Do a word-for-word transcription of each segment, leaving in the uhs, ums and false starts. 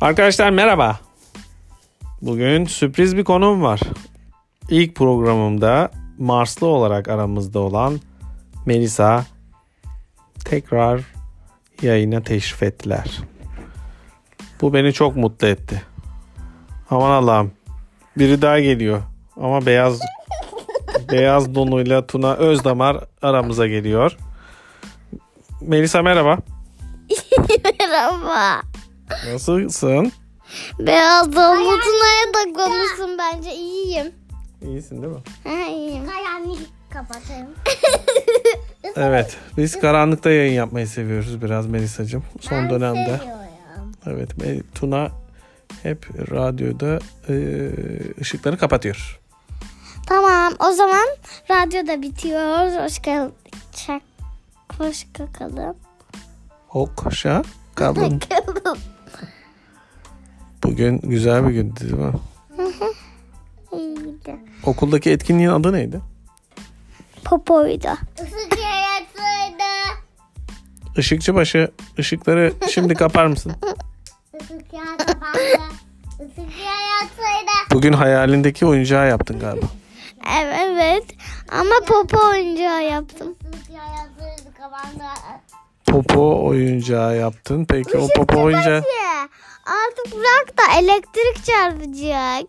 Arkadaşlar merhaba. Bugün sürpriz bir konuğum var. İlk programımda Marslı olarak aramızda olan Melisa tekrar yayına teşrif ettiler. Bu beni çok mutlu etti. Aman Allah'ım. Biri daha geliyor. Ama beyaz beyaz donuyla Tuna Özdamar aramıza geliyor. Melisa merhaba. Merhaba. Nasılsın? Beyaz donlu Tuna'ya da konuşsun bence. İyiyim. İyisin değil mi? Ha, iyiyim. Karanlık kapatayım. Evet. Biz karanlıkta yayın yapmayı seviyoruz biraz Melisa'cığım. Son Ben dönemde. seviyorum. Evet. Tuna hep radyoda e, ışıkları kapatıyor. Tamam, o zaman radyo da bitiyor. Hoş geldin. Çak. Hoş kakalım. Hoşça kalın. Bugün güzel bir gündü değil mi? İyiydi. Okuldaki etkinliğin adı neydi? Popoydu. Isık yaratsaydı. Işıkçıbaşı, ışıkları şimdi kapar mısın? Isık yaratsaydı. Isık yaratsaydı. Bugün hayalindeki oyuncağı yaptın galiba. Evet, evet. Ama popo oyuncağı yaptım. Isık yaratsaydı kapandı. Popo oyuncağı yaptın. Peki o popo oyuncağı... Artık bırak da elektrik çarpacak.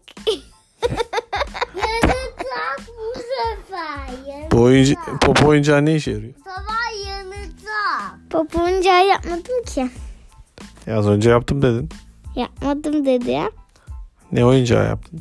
Yanıtsak bu sefer. Yanıtsak. Bu oyunca... popo oyuncağı ne işe yarıyor? Sabah yanıtsak. Popo oyuncağı yapmadım ki. Ya az önce yaptım dedin. Yapmadım dedi ya. Ne oyuncağı yaptın?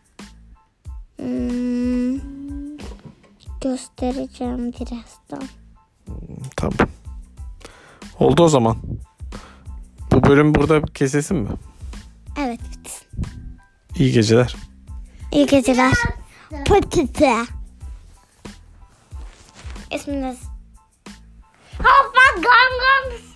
Hmm, göstereceğim birazdan. Tamam. Oldu o zaman. Bu bölüm burada kesesin mi? Evet, bitsin. İyi geceler. İyi geceler. Pıtıtı. İsminiz? Hoppa gam gam.